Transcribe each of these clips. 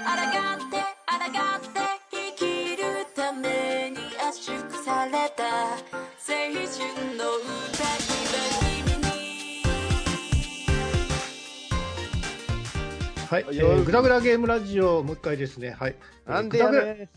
抗って生きるために圧縮された青春の歌君に。 はい、グダグダゲームラジオもう一回ですね。はい。 なんでやね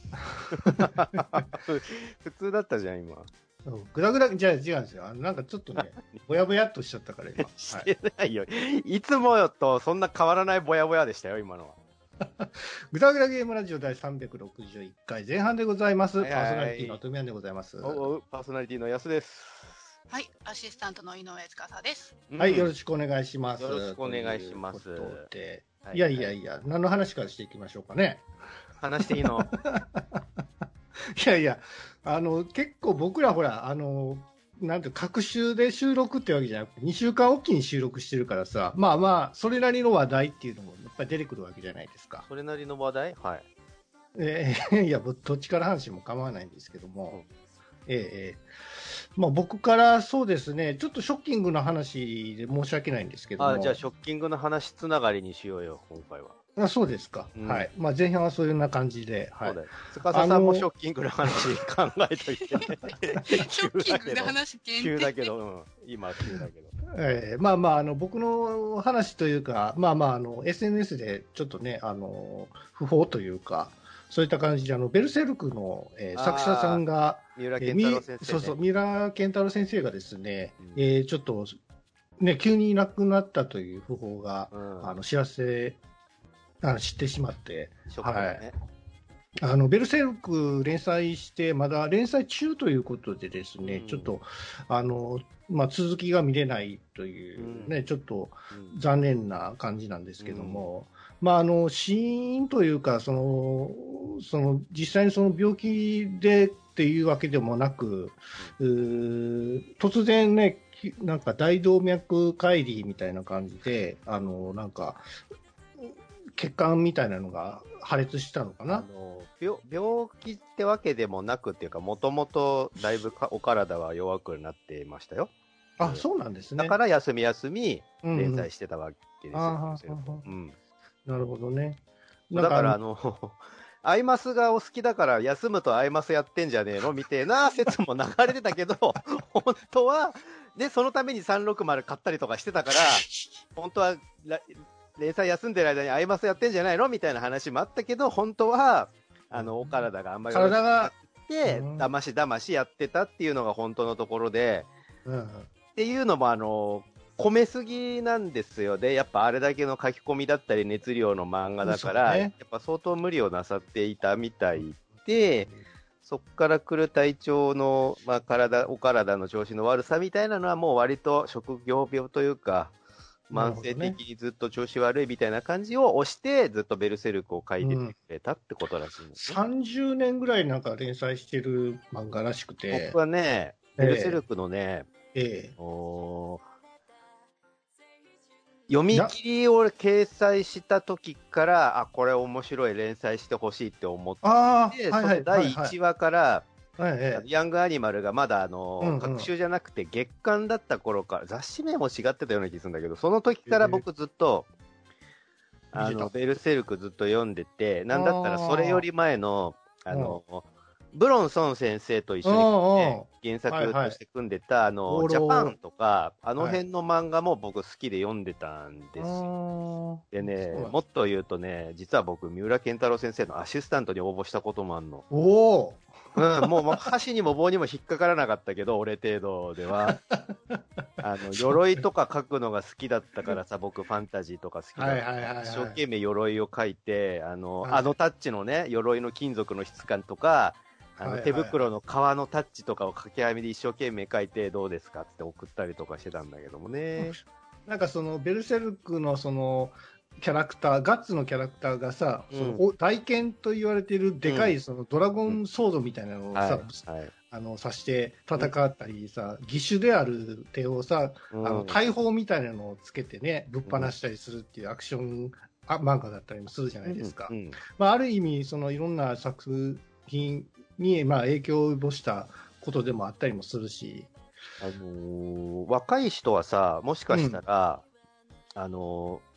普通だったじゃん、今。 グダグダ、じゃあ違うんですよ。なんかちょっとね、ぼやぼやっとしちゃったから今。 してないよ。いつもとそんな変わらないぼやぼやでしたよ、今のは。 グダグダゲームラジオ第361回前半でございます。 はいはいパーソナリティのトミヤンでございます。 パーソナリティの安です。 はい、アシスタントの井上司です。 はい、よろしくお願いします。 よろしくお願いします。 いやいやいや、何の話からしていきましょうかね。 話していいの？ いやいや、結構僕らほら、なんていう各週で収録ってわけじゃなくて、2週間おきに収録してるからさ、まあまあ、それなりの話題っていうのもやっぱり出てくるわけじゃないですか。 それなりの話題？はい。 いや、どっちから話も構わないんですけども、まあ僕からそうですね、ちょっとショッキングな話で申し訳ないんですけども。 じゃあショッキングな話つながりにしようよ、今回は。 そうですか。はい。まあ前半はそういうような感じで。はい。 そうだよ。司さんもショッキングな話考えといてね。 ショッキングな話急だけど、今急だけど。 まあまあ、僕の話というか、まあまあ、SNS でちょっとね、不法というか、そういった感じで、ベルセルクの、作者さんが、 三浦健太郎先生、ね。 そうそう、三浦健太郎先生がですね、ちょっと、ね、急にいなくなったという訃報が、知ってしまって、はい。ベルセルク連載して、まだ連載中ということでですね、ちょっと、まあ、続きが見れないというね、ちょっと残念な感じなんですけども、まあ、死因というか、実際にその病気でっていうわけでもなく、突然ね、なんか大動脈解離みたいな感じで、なんか、血管みたいなのが破裂したのかな。 病気ってわけでもなくっていうか、もともとだいぶお体は弱くなってましたよ。 そうなんですね。 だから休み連載してたわけですよ。 なるほどね。 だからアイマスがお好きだから休むとアイマスやってんじゃねえのみたいな説も流れてたけど、本当は、で、そのために360買ったりとかしてたから、本当は、連載休んでる間にアイマスやってんじゃないのみたいな話もあったけど、本当は、お体があんまり体がって、だましやってたっていうのが本当のところで、っていうのも込めすぎなんですよね。やっぱあれだけの書き込みだったり熱量の漫画だから、やっぱ相当無理をなさっていたみたいで、そっから来る体調の、まあ、お体の調子の悪さみたいなのはもう割と職業病というか、慢性的にずっと調子悪いみたいな感じを押して、ずっとベルセルクを書いててくれたってことらしいんですね。 30年ぐらいなんか連載してる漫画らしくて。 僕はね、ベルセルクのね、読み切りを掲載した時から、これ面白い連載してほしいって思って、その第1話から、ヤングアニマルがまだ隔週じゃなくて月刊だった頃から、雑誌名も違ってたような気がするんだけど、その時から僕ずっと、ベルセルクずっと読んでて、なんだったらそれより前の、ブロンソン先生と一緒に、原作として組んでた、ジャパンとか、辺の漫画も僕好きで読んでたんですよ。でね、もっと言うとね、実は僕、三浦健太郎先生のアシスタントに応募したこともあんの。もう箸にも棒にも引っかからなかったけど、俺程度では。鎧とか書くのが好きだったからさ、僕ファンタジーとか好きだったから、一生懸命鎧を書いて、タッチのね、鎧の金属の質感とか、手袋の革のタッチとかを掛け網で一生懸命書いてどうですかって送ったりとかしてたんだけどもね。 なんかベルセルクのキャラクター、ガッツのキャラクターがさ、大剣と言われているでかいドラゴンソードみたいなのをさ、刺して戦ったりさ、義手である手をさ、大砲みたいなのをつけてね、ぶっ放したりするっていうアクション漫画だったりもするじゃないですか。まあ、ある意味、いろんな作品に、まあ、影響を及ぼしたことでもあったりもするし。 若い人はさ、もしかしたら、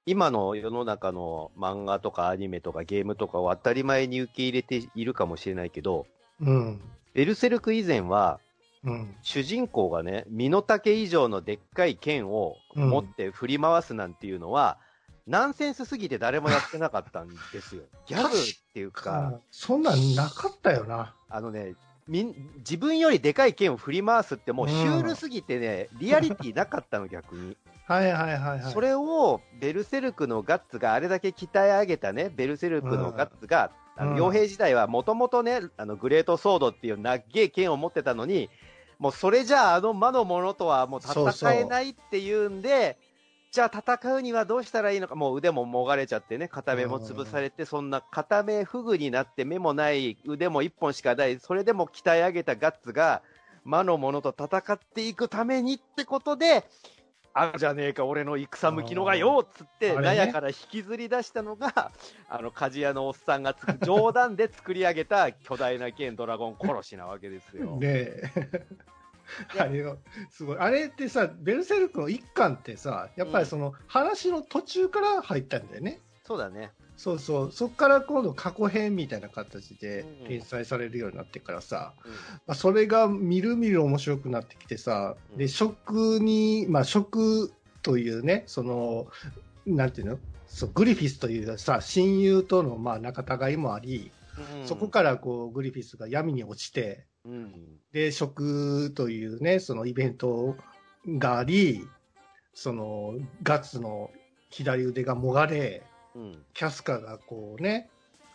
今の世の中の漫画とかアニメとかゲームとかを当たり前に受け入れているかもしれないけど、 うん。 ベルセルク以前は、 うん。 主人公がね、身の丈以上のでっかい剣を持って振り回すなんていうのは、ナンセンスすぎて誰もやってなかったんですよ。ギャグっていうか。 そんなんなかったよな。 自分よりでかい剣を振り回すってもうシュールすぎてね、リアリティなかったの、逆に。 はいはいはいはい。 それを、ベルセルクのガッツがあれだけ鍛え上げたね、ベルセルクのガッツが、傭兵時代はもともとね、グレートソードっていうなっげえ剣を持ってたのに、もうそれじゃあ魔の者とはもう戦えないっていうんで、じゃあ戦うにはどうしたらいいのか、もう腕ももがれちゃってね、片目も潰されて、そんな片目不具になって目もない腕も一本しかない、それでも鍛え上げたガッツが魔の者と戦っていくためにってことで、あるじゃねえか、俺の戦向きのがよっつって、納屋から引きずり出したのが、鍛冶屋のおっさんが冗談で作り上げた巨大な剣ドラゴン殺しなわけですよ。 ねえ。あれよ、すごい。あれってさ、ベルセルクの一巻ってさ、やっぱりその話の途中から入ったんだよね。 そうだね。 そうそう。そっから今度過去編みたいな形で連載されるようになってからさ、それがみるみる面白くなってきてさ、で、食というね、なんていうの、グリフィスというさ、親友との仲違いもあり、そこからこうグリフィスが闇に落ちて、で、食というね、そのイベントがあり、ガッツの左腕がもがれ、キャスカがこうね、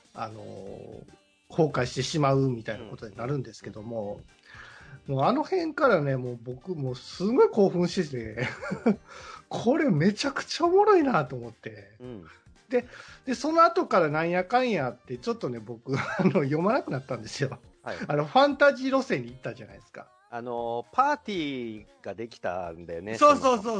崩壊してしまうみたいなことになるんですけども、もうあの辺からね、もう僕もすごい興奮してて、これめちゃくちゃおもろいなと思って。で、その後からなんやかんやって、ちょっとね、僕、読まなくなったんですよ。はい、ファンタジー路線に行ったじゃないですか。 パーティーができたんだよね。 そう。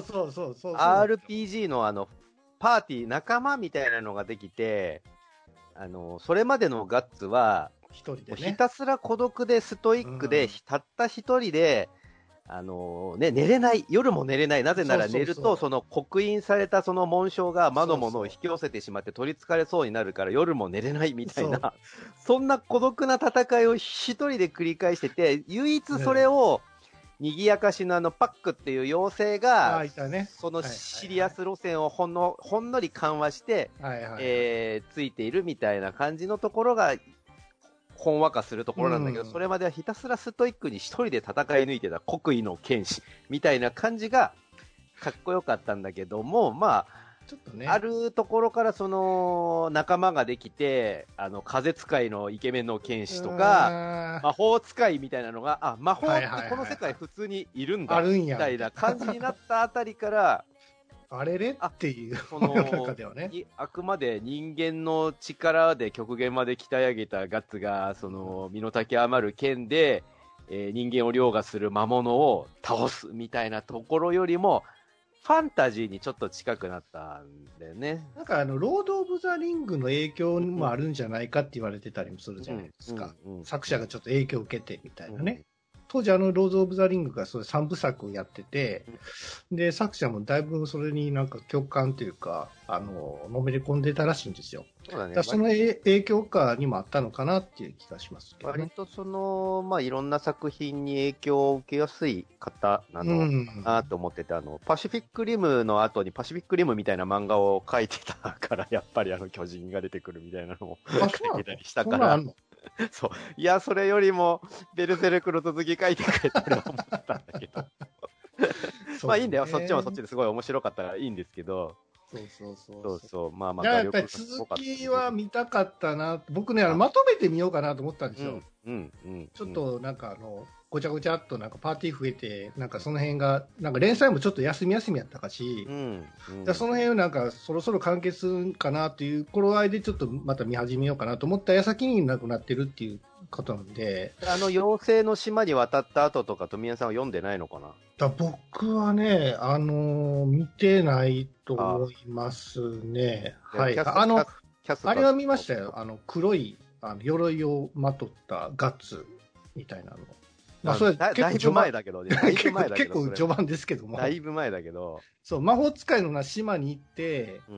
RPG のパーティー仲間みたいなのができて、それまでのガッツは、 一人でね、 ひたすら孤独でストイックで、たった一人で、寝れない、夜も寝れない、なぜなら寝ると、その刻印されたその紋章が魔の者を引き寄せてしまって取り憑かれそうになるから夜も寝れないみたいな、そんな孤独な戦いを一人で繰り返してて、唯一それを、賑やかしのパックっていう妖精が、そのシリアス路線をほんのり緩和して、ついているみたいな感じのところが、ほんわかするところなんだけど、それまではひたすらストイックに一人で戦い抜いてた国威の剣士みたいな感じがかっこよかったんだけども、ちょっとね、あるところからその仲間ができて、風使いのイケメンの剣士とか、魔法使いみたいなのが、魔法ってこの世界普通にいるんだみたいな感じになったあたりから、 あれれっていう中ではね、 あくまで人間の力で極限まで鍛え上げたガッツが、身の丈余る剣で、人間を凌駕する魔物を倒すみたいなところよりも、ファンタジーにちょっと近くなったんだよね。 なんかロード・オブ・ザ・リングの影響もあるんじゃないかって言われてたりもするじゃないですか。作者がちょっと影響を受けてみたいなね。当時ロード・オブ・ザ・リングがそれ3部作をやってて、で、作者もだいぶそれになんか共感というか、のめり込んでたらしいんですよ。 そうだね。 その影響下にもあったのかなっていう気がしますけどね。 割といろんな作品に影響を受けやすい方なのかなと思ってて、パシフィックリムの後にパシフィックリムみたいな漫画を描いてたから、やっぱり巨人が出てくるみたいなのも描いてたりしたから。そう。いや、それよりも、ベルセルクの続き書いてくれって思ったんだけど。いいんだよ。そっちもそっちですごい面白かったからいいんですけど。そう。 やっぱり続きは見たかったな。僕ね、まとめてみようかなと思ったんですよ。ちょっとなんかごちゃごちゃっとなんかパーティー増えて、なんかその辺が、なんか連載もちょっと休みやったかし、その辺をなんかそろそろ完結するかなという頃合いでちょっとまた見始めようかなと思った矢先になくなってるっていうことなんで。 妖精の島に渡った後とか、富谷さんは読んでないのかな？ 僕はね、見てないと思いますね。はい。あれは見ましたよ。黒い鎧をまとったガッツみたいなの。 それだいぶ前だけどね。 結構序盤ですけども。 だいぶ前だけど。 そう、魔法使いの島に行って、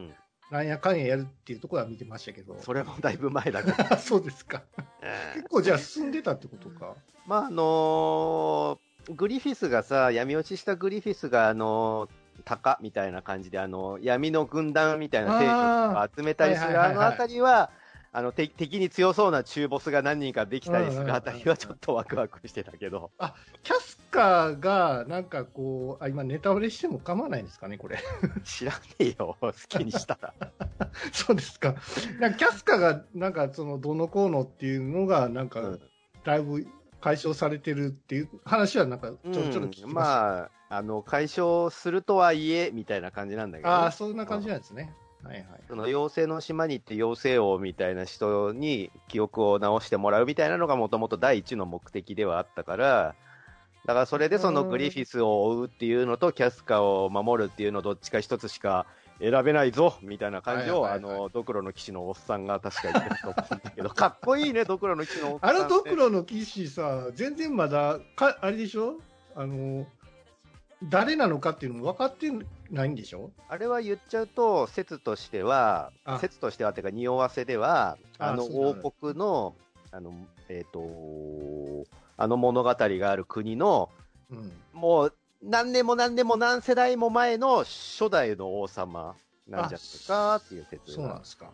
なんやかんややるっていうところは見てましたけど。 それもだいぶ前だから。 そうですか。結構じゃあ進んでたってことか。 まあグリフィスがさ、闇落ちしたグリフィスがタカみたいな感じで闇の軍団みたいな勢力を集めたりするあたりは、敵に強そうな中ボスが何人かできたりするあたりはちょっとワクワクしてたけど。 キャスカーがなんかこう、今ネタバレしても構わないんですかね、これ。 知らねえよ、好きにしたら。 そうですか。なんかキャスカーがなんかどのこうのっていうのがなんか、だいぶ解消されてるっていう話はなんかちょろ聞きました。 まあ、解消するとはいえ、みたいな感じなんだけど、ね。 そんな感じなんですね。はいはい。 その妖精の島に行って妖精王みたいな人に記憶を直してもらうみたいなのがもともと第一の目的ではあったから、だからそれでそのグリフィスを追うっていうのとキャスカを守るっていうのどっちか一つしか選べないぞみたいな感じを、ドクロの騎士のおっさんが確か言ってると思うんだけど、かっこいいね、ドクロの騎士のおっさん。 ドクロの騎士さ、全然まだ、あれでしょ誰なのかっていうのも分かってないんでしょ。 あれは言っちゃうと、説としてはっていうか、匂わせでは、王国の、物語がある国の、もう、何年も何世代も前の初代の王様なんじゃないかっていう説、 そうなんですか。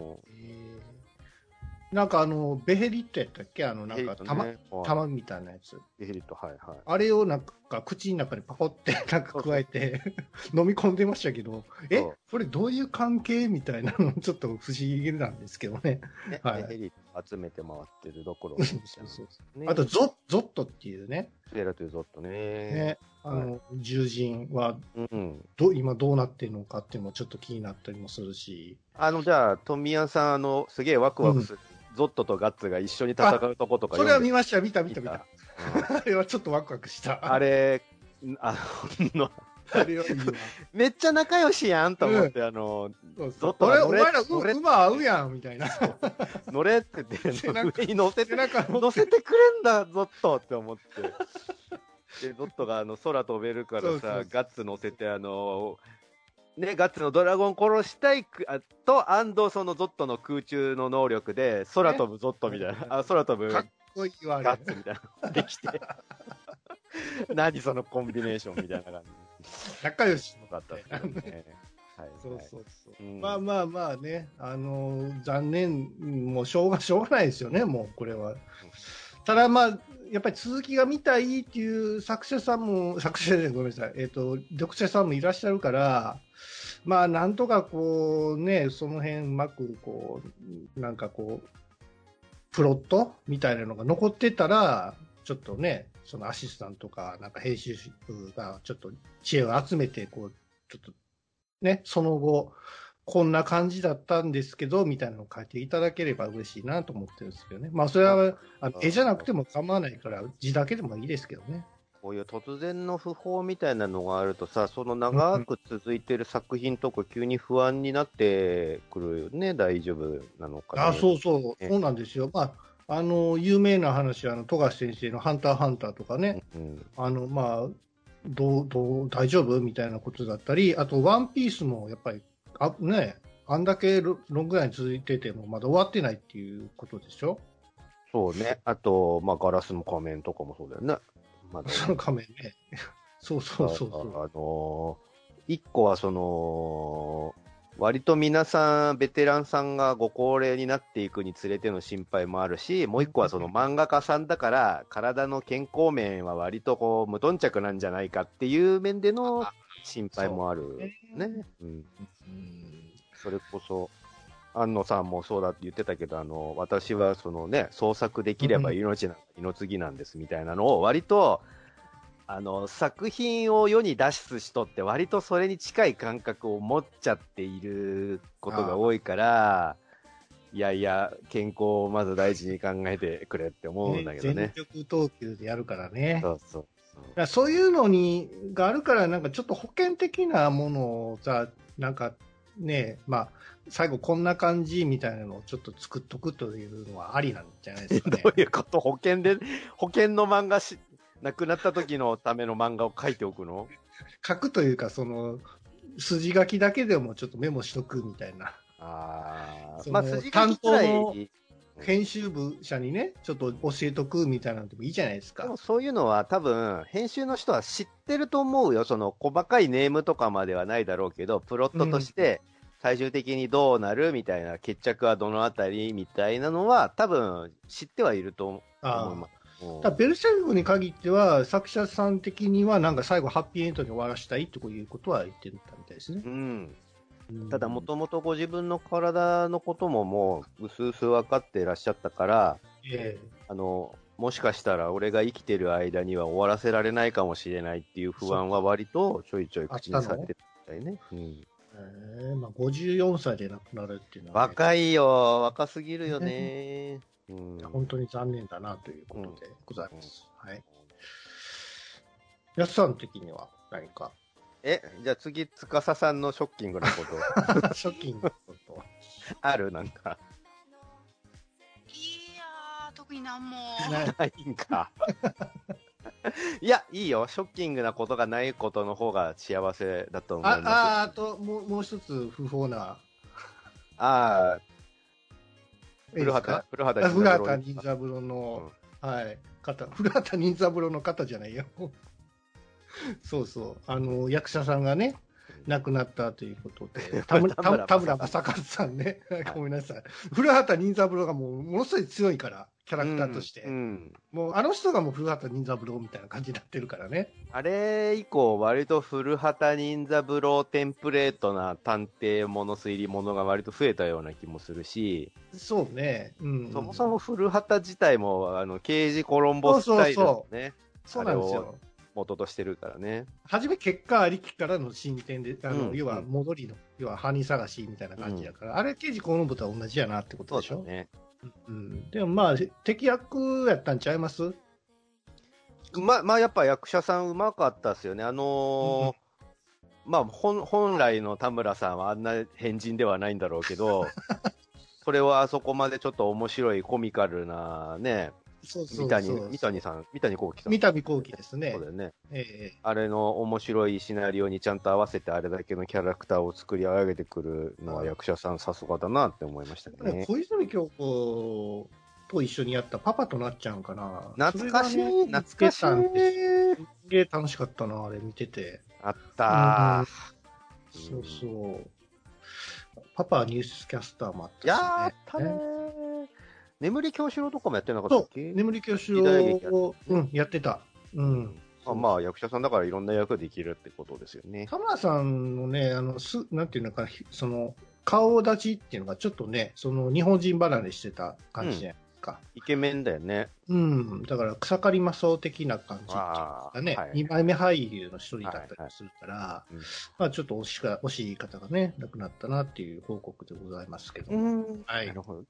なんかベヘリットやったっけなんか玉みたいなやつ。 ベヘリット、はいはい。 あれをなんか口の中にパコってなんか加えて飲み込んでましたけど、これどういう関係みたいなのちょっと不思議なんですけどね。 ベヘリット集めて回ってるどころ。 あとゾットっていうね。 ベラというゾットね。 獣人は今どうなってるのかっていうのもちょっと気になったりもするし。 じゃあ、富谷さん、すげえワクワクする。ゾットとガッツが一緒に戦うとことかそれは見ました、見た。あれはちょっとワクワクした。 あれ、めっちゃ仲良しやんと思って、ゾットがお前ら馬合うやんみたいな。 乗れって言って、上に乗せてくれんだ、ゾットって思って。で、ゾットが空飛べるからさ、ガッツ乗せてね、ガッツのドラゴン殺したいと、そのゾットの空中の能力で、空飛ぶゾットみたいな、空飛ぶガッツみたいなできて、何そのコンビネーションみたいな感じ。 仲良しだったね。 そう。まあね、残念、もうしょうがないですよね、もうこれは。ただまあ、やっぱり続きが見たいっていう読者さんもいらっしゃるから、まあなんとかこうね、その辺うまくこう、なんかこう、プロットみたいなのが残ってたら、ちょっとね、そのアシスタントとか、なんか編集がちょっと知恵を集めて、こう、ちょっとね、その後、こんな感じだったんですけど、みたいなのを書いていただければ嬉しいなと思ってるんですけどね。まあ、それは、絵じゃなくても構わないから、字だけでもいいですけどね。 こういう突然の訃報みたいなのがあるとさ、その長く続いてる作品とか急に不安になってくるよね、大丈夫なのかな。 そうなんですよ。まあ、有名な話は、富樫先生のハンターハンターとかね、まあ、大丈夫みたいなことだったり、あと、ワンピースもやっぱり、あんだけロングライン続いてても、まだ終わってないっていうことでしょ。 そうね。あと、まあ、ガラスの仮面とかもそうだよね。 まだその仮面ね。そう。 一個は割と皆さん、ベテランさんがご高齢になっていくにつれての心配もあるし、もう一個は漫画家さんだから、体の健康面は割とこう、無頓着なんじゃないかっていう面での心配もあるね。それこそ、安野さんもそうだって言ってたけど、私は創作できれば命なんか二の次なんですみたいなのを割と、作品を世に出す人って割とそれに近い感覚を持っちゃっていることが多いから、いや、健康をまず大事に考えてくれって思うんだけどね。 全力投球でやるからね。 そう。 そういうのがあるから、なんかちょっと保険的なものをさ、なんかね、まあ、最後こんな感じみたいなのをちょっと作っとくというのはありなんじゃないですかね。 どういうこと？保険の漫画亡くなった時のための漫画を書いておくの？ 書くというか、 筋書きだけでもちょっとメモしとくみたいな。 まあ、筋書きくらい。 編集部社にね、ちょっと教えとくみたいなのでもいいじゃないですか。 でもそういうのは多分、編集の人は知ってると思うよ。その細かいネームとかまではないだろうけど、プロットとして最終的にどうなるみたいな、決着はどのあたりみたいなのは多分知ってはいると思います。 ベルセルクに限っては、作者さん的にはなんか最後ハッピーエンドに終わらせたいということは言ってたみたいですね。 ただ、もともとご自分の体のことももう、うすうす分かっていらっしゃったから、もしかしたら俺が生きてる間には終わらせられないかもしれないっていう不安は割とちょいちょい口にされてたみたいね。 まあ、54歳で亡くなるっていうのは、ね、若いよ、若すぎるよね。 本当に残念だなということでございます。はい。やすさん的には何か。 じゃあ次、司さんのショッキングなこと。 ショッキングなこと。 あるなんか。 いやー、特になんも。 ないんか。いや、いいよ。ショッキングなことがないことの方が幸せだと思います。 あと、もう一つ不法な。古畑任三郎の、はい、古畑任三郎の方じゃないよ。そうそう、役者さんがね、亡くなったということで、田村正和さんね、ごめんなさい。古畑任三郎がものすごい強いから、キャラクターとして。もうあの人がもう古畑任三郎みたいな感じになってるからね。 あれ以降、割と古畑任三郎テンプレートな探偵物推理物が割と増えたような気もするし、 そうね。 そもそも古畑自体も、刑事コロンボスタイルのね、 そうなんですよ。 元としてるからね。 初め結果ありきからの進展で、要は戻りの、要は犯人探しみたいな感じだから、あれ刑事コロンボとは同じやなってことでしょ。そうだね。でもまあ、敵役やったんちゃいます？ まあ、やっぱ役者さんうまかったっすよね。まあ、本来の田村さんはあんな変人ではないんだろうけど、それをあそこまでちょっと面白いコミカルなね、三谷幸喜さん。 三谷幸喜ですね。 そうだよね。あれの面白いシナリオにちゃんと合わせてあれだけのキャラクターを作り上げてくるのは役者さんさすがだなって思いましたね。 小泉京子と一緒にやったパパとなっちゃうんかな。 懐かしい。 懐かしい。すげえ楽しかったな、あれ見てて。 あったそうそう。パパはニュースキャスターもあったし、ね。 やったね。眠り京四郎とかもやってなかったっけ？ 眠り京四郎を、やってた。 まあ、役者さんだからいろんな役できるってことですよね。 田村さんのね、なんていうのか、顔立ちっていうのがちょっとね、日本人離れしてた感じじゃないですか。 イケメンだよね。 だから草刈正雄的な感じっていうかね、2枚目俳優の一人だったりするから、まあちょっと惜しい方がね、亡くなったなっていう報告でございますけど。はい。 なるほど。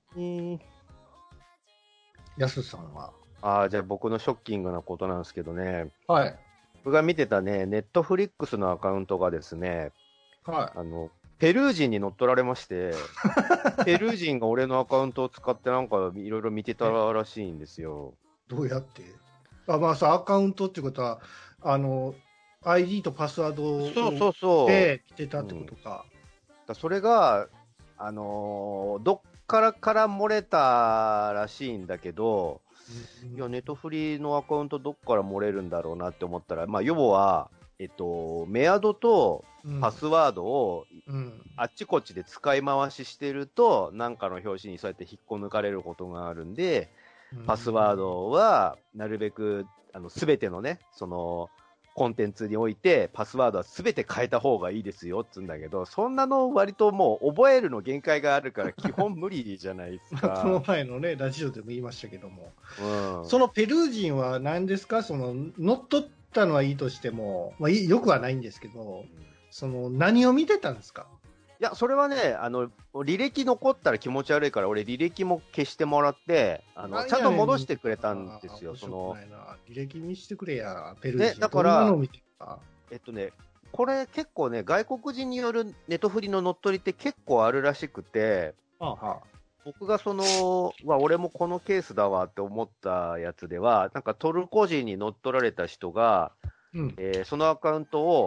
やすさんは？ じゃあ僕のショッキングなことなんですけどね。 はい。 僕が見てたね、ネットフリックスのアカウントがですね、 はい。 ペルー人に乗っ取られまして、ペルー人が俺のアカウントを使ってなんかいろいろ見てたらしいんですよ。 どうやって？まあさ、アカウントっていうことは、ID とパスワードで見てたってことか。 それが、どっから漏れたらしいんだけど、いや、ネトフリのアカウントどっから漏れるんだろうなって思ったら、まあ、要は、メアドとパスワードを、あっちこっちで使い回ししてると、なんかの表紙にそうやって引っこ抜かれることがあるんで、パスワードは、なるべく、すべてのね、コンテンツにおいて、パスワードはすべて変えた方がいいですよっつうんだけど、そんなの割ともう覚えるの限界があるから基本無理じゃないですか。 この前のね、ラジオでも言いましたけども。そのペルー人は何ですか？乗っ取ったのはいいとしても、まあ、よくはないんですけど、何を見てたんですか？ いや、それはね、履歴残ったら気持ち悪いから、俺履歴も消してもらって、ちゃんと戻してくれたんですよ、 履歴見してくれや、ペルー人。 ね、だから、これ結構ね、外国人によるネトフリの乗っ取りって結構あるらしくて、僕が俺もこのケースだわって思ったやつでは、なんかトルコ人に乗っ取られた人が、そのアカウントを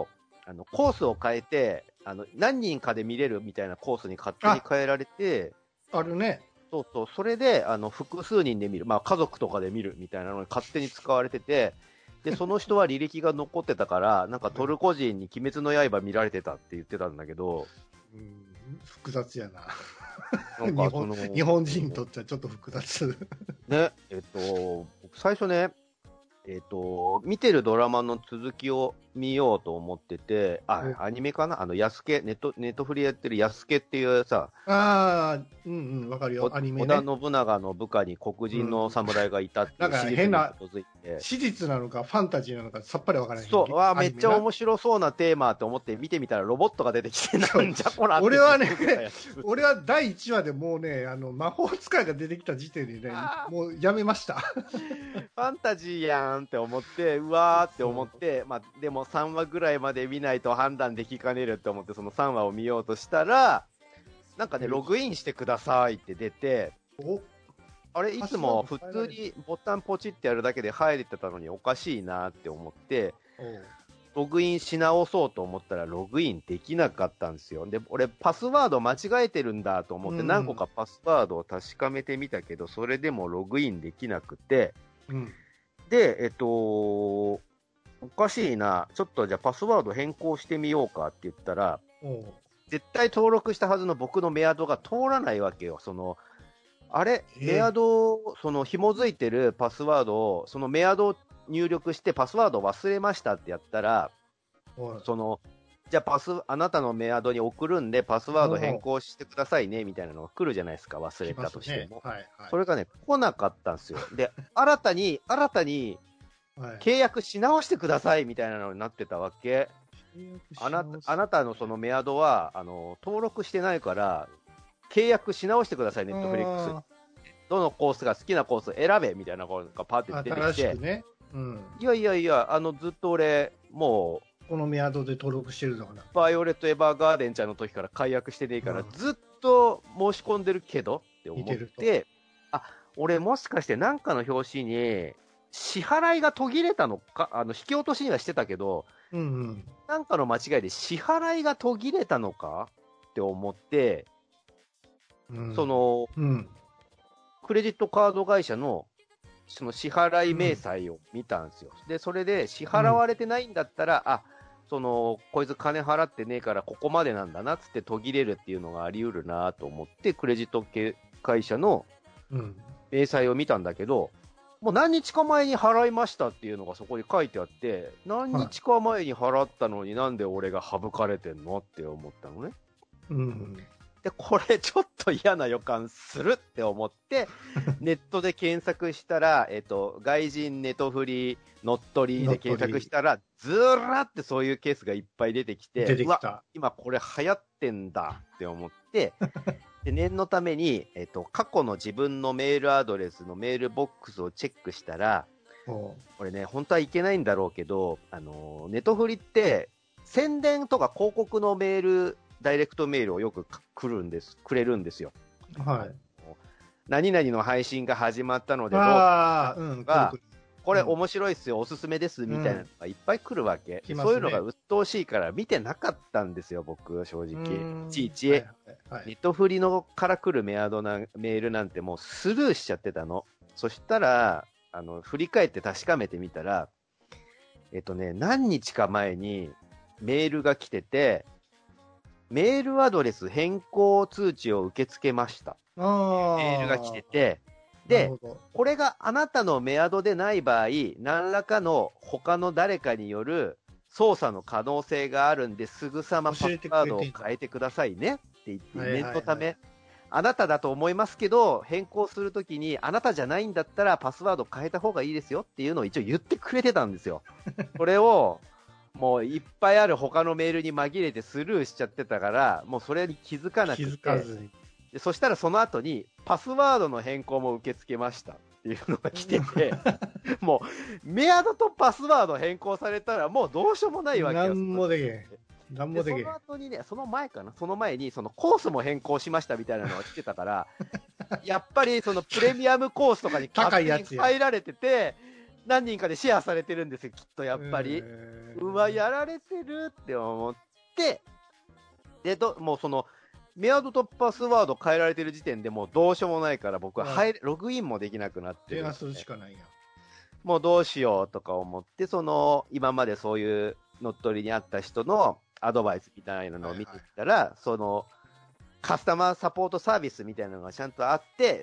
コースを変えて、何人かで見れるみたいなコースに勝手に変えられて、 あるね。 そうそう、それで、複数人で見る、まあ、家族とかで見るみたいなのに勝手に使われてて、で、その人は履歴が残ってたから、なんかトルコ人に鬼滅の刃見られてたって言ってたんだけど、 複雑やな。 なんか日本人にとってはちょっと複雑。 ね、最初ね、見てるドラマの続きを見ようと思ってて、アニメかなネットフリやってるヤスケっていうさ、 わかるよ、アニメね。 織田信長の部下に黒人の侍がいたっていう、 なんか変な、史実なのかファンタジーなのかさっぱりわからない。 そう、めっちゃ面白そうなテーマと思って見てみたらロボットが出てきて、なんじゃこらって。 俺は第1話でもうね、魔法使いが出てきた時点でね、もうやめました。 ファンタジーやんって思って、うわーって思って、まあ、でも3話ぐらいまで見ないと判断できかねるって思って、その3話を見ようとしたら、なんかね、ログインしてくださいって出て、あれ、いつも普通にボタンポチってやるだけで入れてたのにおかしいなって思って、ログインし直そうと思ったらログインできなかったんですよ。で、俺パスワード間違えてるんだと思って何個かパスワードを確かめてみたけど、それでもログインできなくて、で、おかしいな、ちょっとじゃあパスワード変更してみようかって言ったら、絶対登録したはずの僕のメアドが通らないわけよ。メアド、紐づいてるパスワードを、そのメアドを入力してパスワード忘れましたってやったら、じゃああなたのメアドに送るんでパスワード変更してくださいねみたいなのが来るじゃないですか、忘れたとしても。それがね、来なかったんですよ。で、新たに契約し直してくださいみたいなのになってたわけ。あなたのそのメアドは、登録してないから、契約し直してください、ネットフリックス。どのコースが好きなコース選べみたいなのがパーって出てきて。いや、ずっと俺、もう、 このメアドで登録してるのかな。 バイオレット・エヴァーガーデンちゃんの時から解約してねえから、ずっと申し込んでるけどって思って、俺もしかしてなんかの表紙に、支払いが途切れたのか、引き落としにはしてたけど、なんかの間違いで支払いが途切れたのかって思って、クレジットカード会社のその支払い明細を見たんですよ。で、それで支払われてないんだったら、こいつ金払ってねえからここまでなんだなっつって途切れるっていうのがあり得るなと思って、クレジット会社の明細を見たんだけど、もう何日か前に払いましたっていうのがそこに書いてあって、何日か前に払ったのになんで俺が省かれてんのって思ったのね。で、これちょっと嫌な予感するって思って、ネットで検索したら、外人ネトフリ乗っ取りで検索したら、ずらってそういうケースがいっぱい出てきて、うわ、今これ流行ってんだって思って、で念のために、過去の自分のメールアドレスのメールボックスをチェックしたら、これね、本当はいけないんだろうけど、ネトフリって宣伝とか広告のメール、ダイレクトメールをよくくれるんですよ。何々の配信が始まったので、これ面白いっすよ、おすすめですみたいなのがいっぱい来るわけ。そういうのが鬱陶しいから見てなかったんですよ、僕、正直。いちいち。ネットフリのから来るメールなんてもうスルーしちゃってたの。そしたら、振り返って確かめてみたら、何日か前にメールが来てて、メールアドレス変更通知を受け付けました。メールが来てて、で、これがあなたのメアドでない場合、何らかの他の誰かによる操作の可能性があるんで、すぐさまパスワードを変えてくださいねって言って、念のため、あなただと思いますけど、変更するときに、あなたじゃないんだったらパスワード変えた方がいいですよっていうのを一応言ってくれてたんですよ。それを、もういっぱいある他のメールに紛れてスルーしちゃってたから、もうそれに気づかなくて。気づかずに。でそしたらその後に、パスワードの変更も受け付けましたっていうのが来てて、もう、メアドとパスワード変更されたらもうどうしようもないわけよ。 なんもできへん。なんもできへん。 その後にね、その前に、そのコースも変更しましたみたいなのが来てたから、やっぱりそのプレミアムコースとかに勝手に入られてて、 何人かでシェアされてるんですよ、きっとやっぱり。うわ、やられてるって思って、で、もうその、メアドとパスワード変えられてる時点でもうどうしようもないから、僕はログインもできなくなってる、 電話するしかないやん。 もうどうしようとか思って、今までそういう乗っ取りにあった人のアドバイスみたいなのを見てきたら、カスタマーサポートサービスみたいなのがちゃんとあって、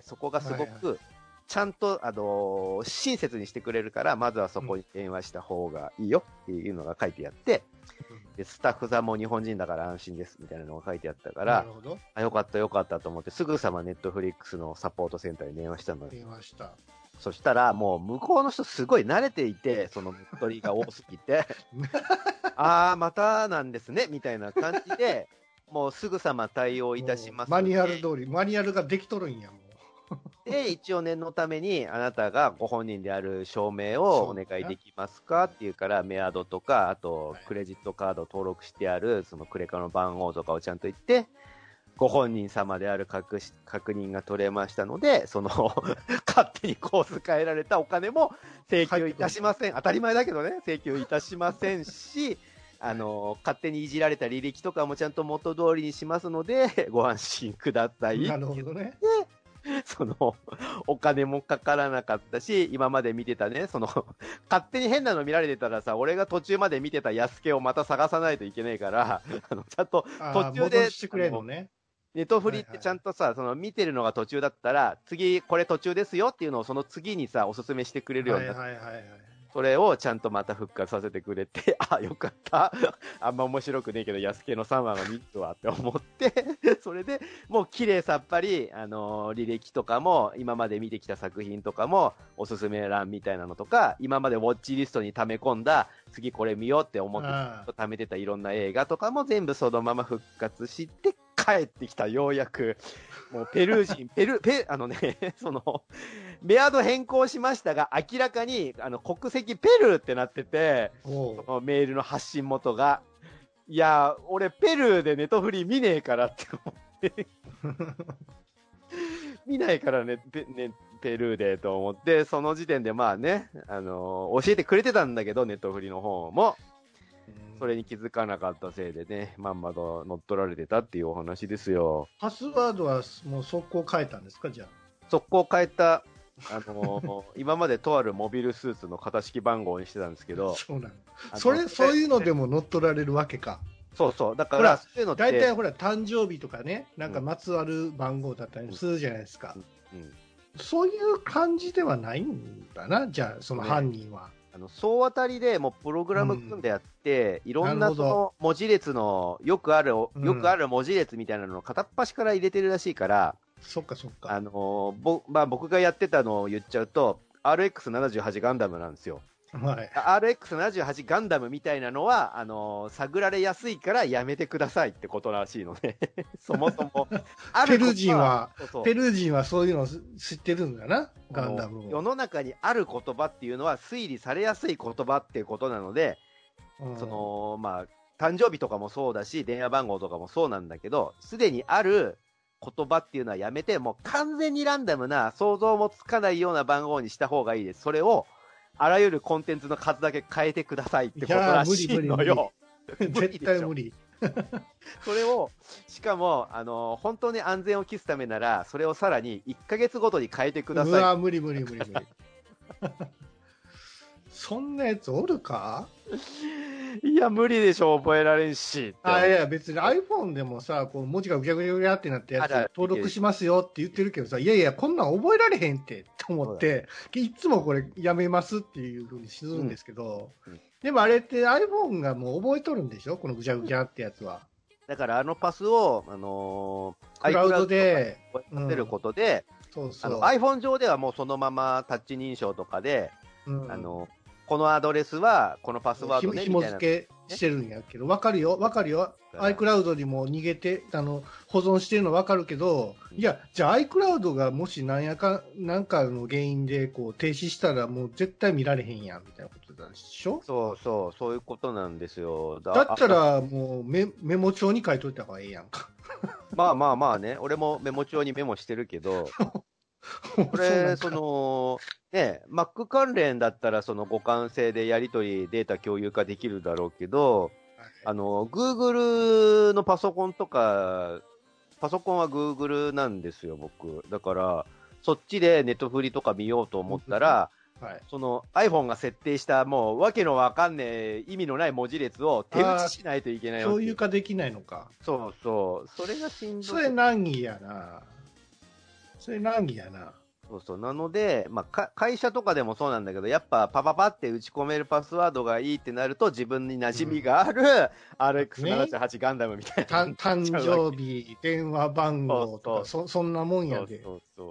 そこがすごく、ちゃんと、親切にしてくれるから、まずはそこに電話した方がいいよっていうのが書いてあって、でスタッフさんも日本人だから安心ですみたいなのが書いてあったから、よかったよかったと思って、すぐさまネットフリックスのサポートセンターに電話したのよ。 電話した。 そしたら、もう向こうの人すごい慣れていて、その乗っ取りが多すぎて、あー、またなんですね、みたいな感じで、もうすぐさま対応いたします。 マニュアル通り、マニュアルができとるんや、もう。 で、一応念のために、あなたがご本人である証明をお願いできますかっていうから、メアドとか、あと、クレジットカード登録してある、そのクレカの番号とかをちゃんと言って、ご本人様である確認が取れましたので、勝手にコース変えられたお金も請求いたしません。当たり前だけどね、請求いたしませんし、勝手にいじられた履歴とかもちゃんと元通りにしますので、ご安心ください。 なるほどね。 お金もかからなかったし、今まで見てたね、勝手に変なの見られてたらさ、俺が途中まで見てた安家をまた探さないといけないから、ちゃんと途中で、 してくれるのね。 ネトフリってちゃんとさ、見てるのが途中だったら、次、これ途中ですよっていうのをその次にさ、おすすめしてくれるようになって、それをちゃんとまた復活させてくれて、あ、よかった。あんま面白くねえけど、安家の3話が見るわって思って、それでもう綺麗さっぱり、履歴とかも、今まで見てきた作品とかも、おすすめ欄みたいなのとか、今までウォッチリストに溜め込んだ、次これ見ようって思って溜めてたいろんな映画とかも全部そのまま復活して、帰ってきた、ようやく。もうペルー人、メアド変更しましたが、明らかに、国籍ペルーってなってて、そのメールの発信元が。いや、俺ペルーでネトフリ見ねえからって思って。見ないからね、ペルーでと思って、その時点でまあね、教えてくれてたんだけど、ネトフリの方も。それに気づかなかったせいでね、まんまと乗っ取られてたっていうお話ですよ。 パスワードはもう速攻変えたんですか、じゃあ。 速攻変えた。今までとあるモビルスーツの型式番号にしてたんですけど。 そうなの。そういうのでも乗っ取られるわけか。 そうそう。だから、そういうのって。 大体ほら、誕生日とかね、なんかまつわる番号だったりするじゃないですか。そういう感じではないんだな、じゃあ、その犯人は。 総当たりでもうプログラム組んでやって、いろんなその文字列の、よくある文字列みたいなのを片っ端から入れてるらしいから、 そっかそっか。 僕がやってたのを言っちゃうと、RX78 ガンダムなんですよ。 はい、 RX78 ガンダムみたいなのは、探られやすいからやめてくださいってことらしいので、そもそも。 ペルー人はそういうのを知ってるんだな、ガンダムを。 世の中にある言葉っていうのは推理されやすい言葉っていうことなので、まあ、誕生日とかもそうだし、電話番号とかもそうなんだけど、すでにある言葉っていうのはやめて、もう完全にランダムな想像もつかないような番号にした方がいいです。それを、あらゆるコンテンツの数だけ変えてくださいってことらしいのよ。 絶対無理。 それを、しかも、本当に安全を期すためなら、それをさらに1ヶ月ごとに変えてください。 うわ、無理。そんなやつおるか？ いや、無理でしょ、覚えられんし。 いや、別に iPhone でもさ、こう文字がぐちゃぐちゃぐちゃってなってやつ登録しますよって言ってるけどさ、いや、こんなん覚えられへんって、と思って、いつもこれやめますっていうふうにするんですけど、でもあれって iPhone がもう覚えとるんでしょ、このぐちゃぐちゃってやつは。 だからパスを、 クラウドで、 覚えることで、iPhone 上ではもうそのままタッチ認証とかで、このアドレスはこのパスワードねみたいな、 紐付けしてるんやけど、わかるよ。iCloud にも逃げて保存してるのわかるけど、いや、じゃあ iCloud がもしなんかの原因でこう停止したらもう絶対見られへんやんみたいなことでしょ？ そういうことなんですよ。 だったらもうメモ帳に書いといた方がええやんか。 まあね、俺もメモ帳にメモしてるけど、 これ、ね、Mac 関連だったら、互換性でやり取り、データ共有化できるだろうけど、Google のパソコンとか、パソコンは Google なんですよ、僕。だから、そっちでネットフリとか見ようと思ったら、はい、iPhone が設定したもうわけのわかんねえ意味のない文字列を手打ちしないといけない共有化できないのか。 そうそう。それがしんどい。 それ難儀やな。 そうそう。なので、まあ、会社とかでもそうなんだけど、やっぱパパパって打ち込めるパスワードがいいってなると、自分に馴染みがある、RX78 ガンダムみたいな、 ね。誕生日、電話番号とか、そんなもんやで。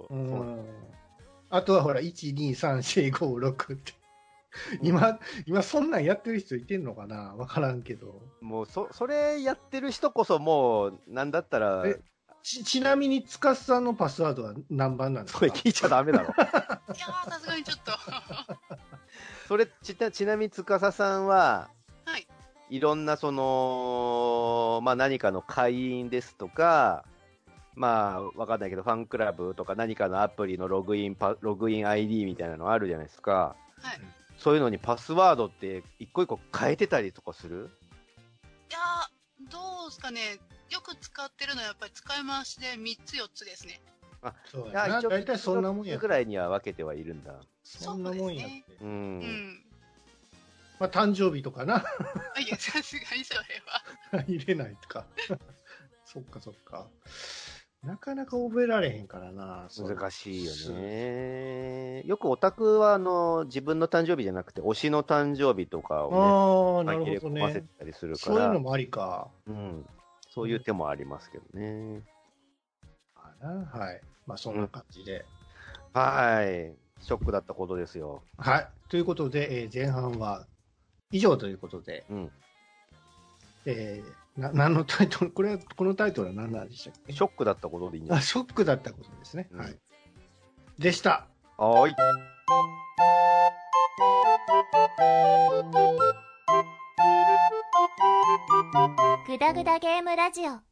あとはほら、1、2、3、4、5、6って。今そんなんやってる人いてんのかなわからんけど。 もう、それやってる人こそもう、なんだったら、 ちなみに、つかさんのパスワードは何番なんですか？ それ聞いちゃダメだろ。 いやー、さすがにちょっと。 それ、ちなみにつかささんは、 はい。 いろんなまあ何かの会員ですとか、まあわかんないけど、ファンクラブとか何かのアプリのログイン ID みたいなのあるじゃないですか。 はい。 そういうのにパスワードって一個一個変えてたりとかする？ いやー、どうですかね。よく使ってるのはやっぱり使い回しで3つ4つですね。 あ、そうやな。大体そんなもんや。 ぐらいには分けてはいるんだ。 そんなもんやって。 うん。 まあ、誕生日とかな。 いや、さすがにそれは。入れないとか。そっか。なかなか覚えられへんからな。 難しいよね。よくオタクは自分の誕生日じゃなくて推しの誕生日とかをね、 なるほどね。 込ませたりするから。 そういうのもありか。 うん。そういう手もありますけどね。 はい。まあそんな感じで。 はい。ショックだったことですよ。 はい。ということで、前半は以上ということで。何のタイトル、このタイトルは何なんでしたっけ？ ショックだったことでいいんじゃない？ ショックだったことですね。はい。でした。 はい。 グダグダゲームラジオ。